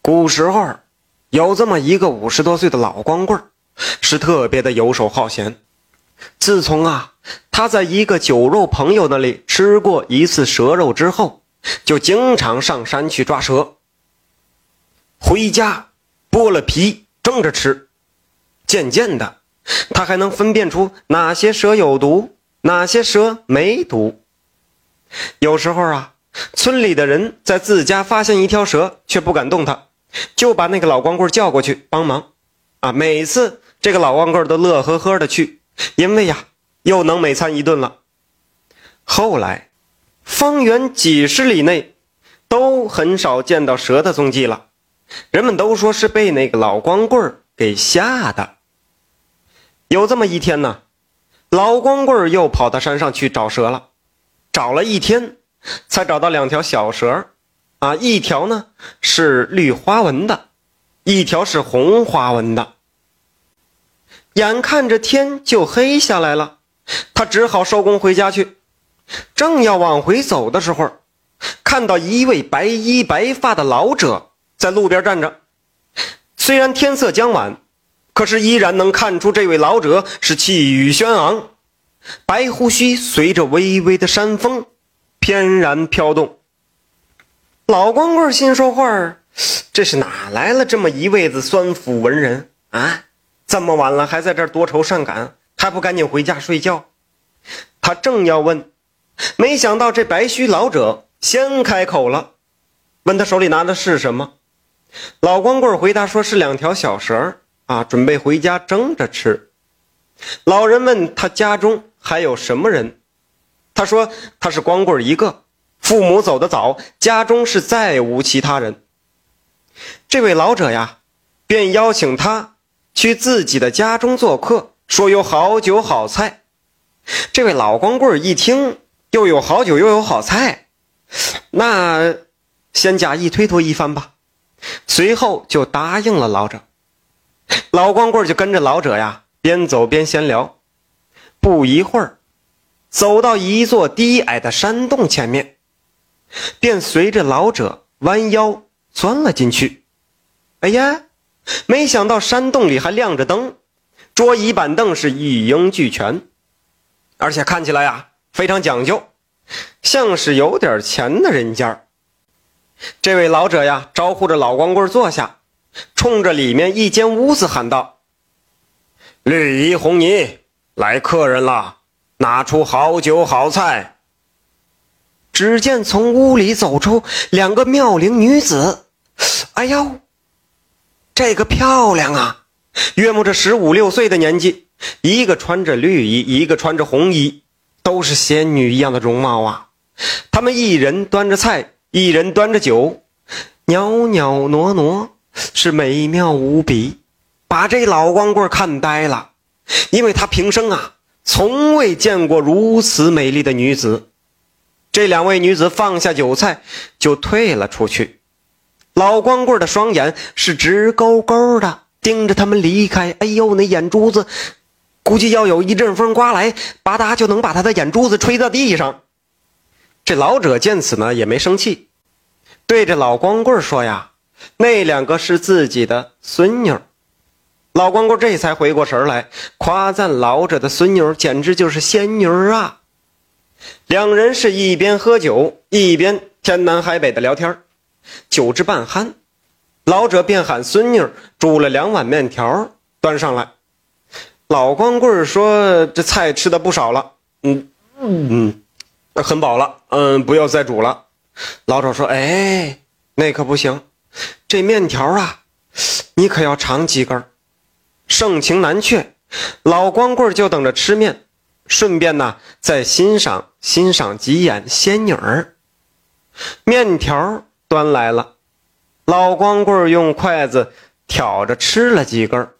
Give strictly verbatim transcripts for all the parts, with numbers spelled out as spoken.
古时候有这么一个五十多岁的老光棍，是特别的游手好闲。自从啊他在一个酒肉朋友那里吃过一次蛇肉之后，就经常上山去抓蛇，回家剥了皮蒸着吃。渐渐的，他还能分辨出哪些蛇有毒，哪些蛇没毒。有时候啊，村里的人在自家发现一条蛇却不敢动它，就把那个老光棍叫过去帮忙啊。每次这个老光棍都乐呵呵的去，因为呀又能美餐一顿了。后来方圆几十里内都很少见到蛇的踪迹了，人们都说是被那个老光棍给吓的。有这么一天呢，老光棍又跑到山上去找蛇了，找了一天才找到两条小蛇啊，一条呢是绿花纹的，一条是红花纹的。眼看着天就黑下来了，他只好收工回家去。正要往回走的时候，看到一位白衣白发的老者在路边站着。虽然天色将晚，可是依然能看出这位老者是气宇轩昂，白胡须随着微微的山风翩然飘动。老光棍心说话，这是哪来了这么一位子酸腐文人啊？这么晚了还在这儿多愁善感，还不赶紧回家睡觉？他正要问，没想到这白须老者先开口了，问他手里拿的是什么。老光棍回答说是两条小蛇啊，准备回家蒸着吃。老人问他家中还有什么人，他说他是光棍一个，父母走得早，家中是再无其他人。这位老者呀便邀请他去自己的家中做客，说有好酒好菜。这位老光棍一听又有好酒又有好菜，那先假意推脱一番吧，随后就答应了老者。老光棍就跟着老者呀边走边闲聊，不一会儿走到一座低矮的山洞前面，便随着老者弯腰钻了进去。哎呀，没想到山洞里还亮着灯，桌椅板凳是一应俱全，而且看起来呀非常讲究，像是有点钱的人家。这位老者呀招呼着老光棍坐下，冲着里面一间屋子喊道：绿衣红衣，来客人了，拿出好酒好菜。只见从屋里走出两个妙龄女子，哎呦，这个漂亮啊，约莫这十五六岁的年纪，一个穿着绿衣，一个穿着红衣，都是仙女一样的容貌啊。他们一人端着菜，一人端着酒，袅袅挪挪，是美妙无比，把这老光棍看呆了，因为他平生啊从未见过如此美丽的女子。这两位女子放下酒菜就退了出去，老光棍的双眼是直勾勾的盯着他们离开。哎呦，那眼珠子估计要有一阵风刮来，吧嗒就能把他的眼珠子吹到地上。这老者见此呢也没生气，对着老光棍说呀，那两个是自己的孙女。老光棍这才回过神来，夸赞老者的孙女简直就是仙女啊。两人是一边喝酒一边天南海北的聊天，酒至半酣，老者便喊孙女煮了两碗面条端上来。老光棍说这菜吃的不少了，嗯嗯，很饱了，嗯，不要再煮了。老者说，哎，那可不行，这面条啊你可要尝几根。盛情难却，老光棍就等着吃面，顺便呢再欣赏欣赏几眼仙女儿。面条端来了，老光棍用筷子挑着吃了几根，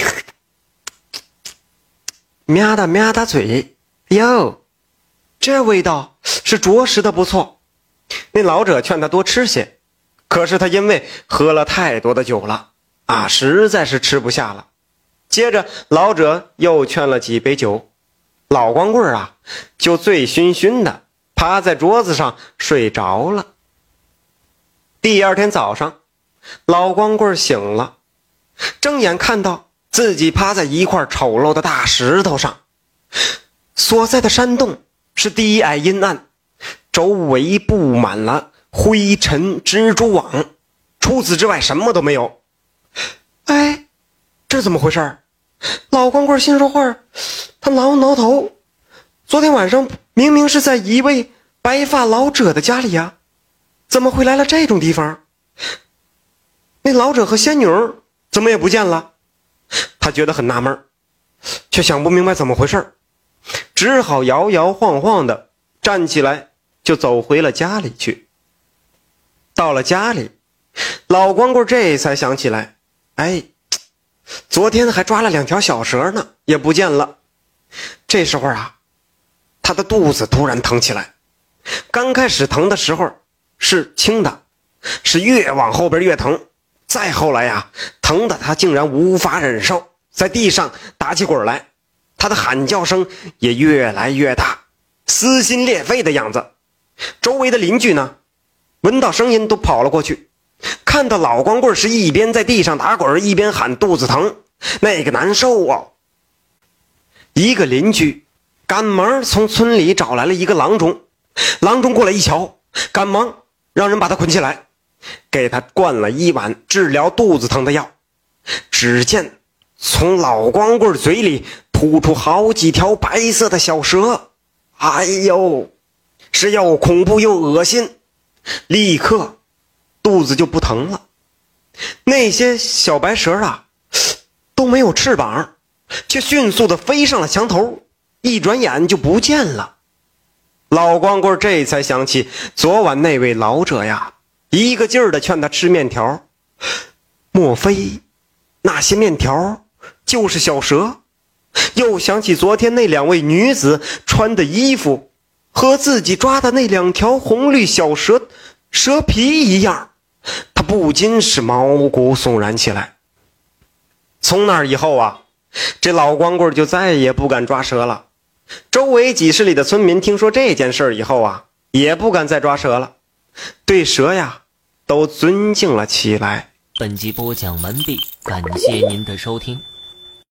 喵哒喵哒嘴，哟，这味道是着实的不错。那老者劝他多吃些，可是他因为喝了太多的酒了啊，实在是吃不下了。接着老者又劝了几杯酒，老光棍啊就醉醺醺的趴在桌子上睡着了。第二天早上， 老光棍醒了，睁眼看到自己趴在一块丑陋的大石头上，所在的山洞是低矮阴暗，周围布满了灰尘蜘蛛网，除此之外什么都没有。哎，这怎么回事？老光棍心说话，他挠挠头，昨天晚上明明是在一位白发老者的家里呀、啊，怎么会来了这种地方？那老者和仙女怎么也不见了？他觉得很纳闷，却想不明白怎么回事，只好摇摇晃晃的站起来，就走回了家里去。到了家里，老光棍这才想起来，哎，昨天还抓了两条小蛇呢，也不见了。这时候啊，他的肚子突然疼起来，刚开始疼的时候是轻的，是越往后边越疼，再后来呀，疼的他竟然无法忍受，在地上打起滚来，他的喊叫声也越来越大，撕心裂肺的样子。周围的邻居呢，闻到声音都跑了过去，看到老光棍是一边在地上打滚一边喊肚子疼，那个难受啊。一个邻居赶忙从村里找来了一个郎中，郎中过来一瞧，赶忙让人把他捆起来，给他灌了一碗治疗肚子疼的药。只见从老光棍嘴里吐出好几条白色的小蛇，哎呦，是又恐怖又恶心，立刻肚子就不疼了。那些小白蛇啊都没有翅膀，却迅速地飞上了墙头，一转眼就不见了。老光棍这才想起昨晚那位老者呀，一个劲儿地劝他吃面条，莫非那些面条就是小蛇？又想起昨天那两位女子穿的衣服和自己抓的那两条红绿小蛇蛇皮一样，他不禁是毛骨悚然起来。从那以后啊，这老光棍就再也不敢抓蛇了。周围几十里的村民听说这件事以后啊，也不敢再抓蛇了，对蛇呀都尊敬了起来。 本集播讲完毕，感谢您的收听。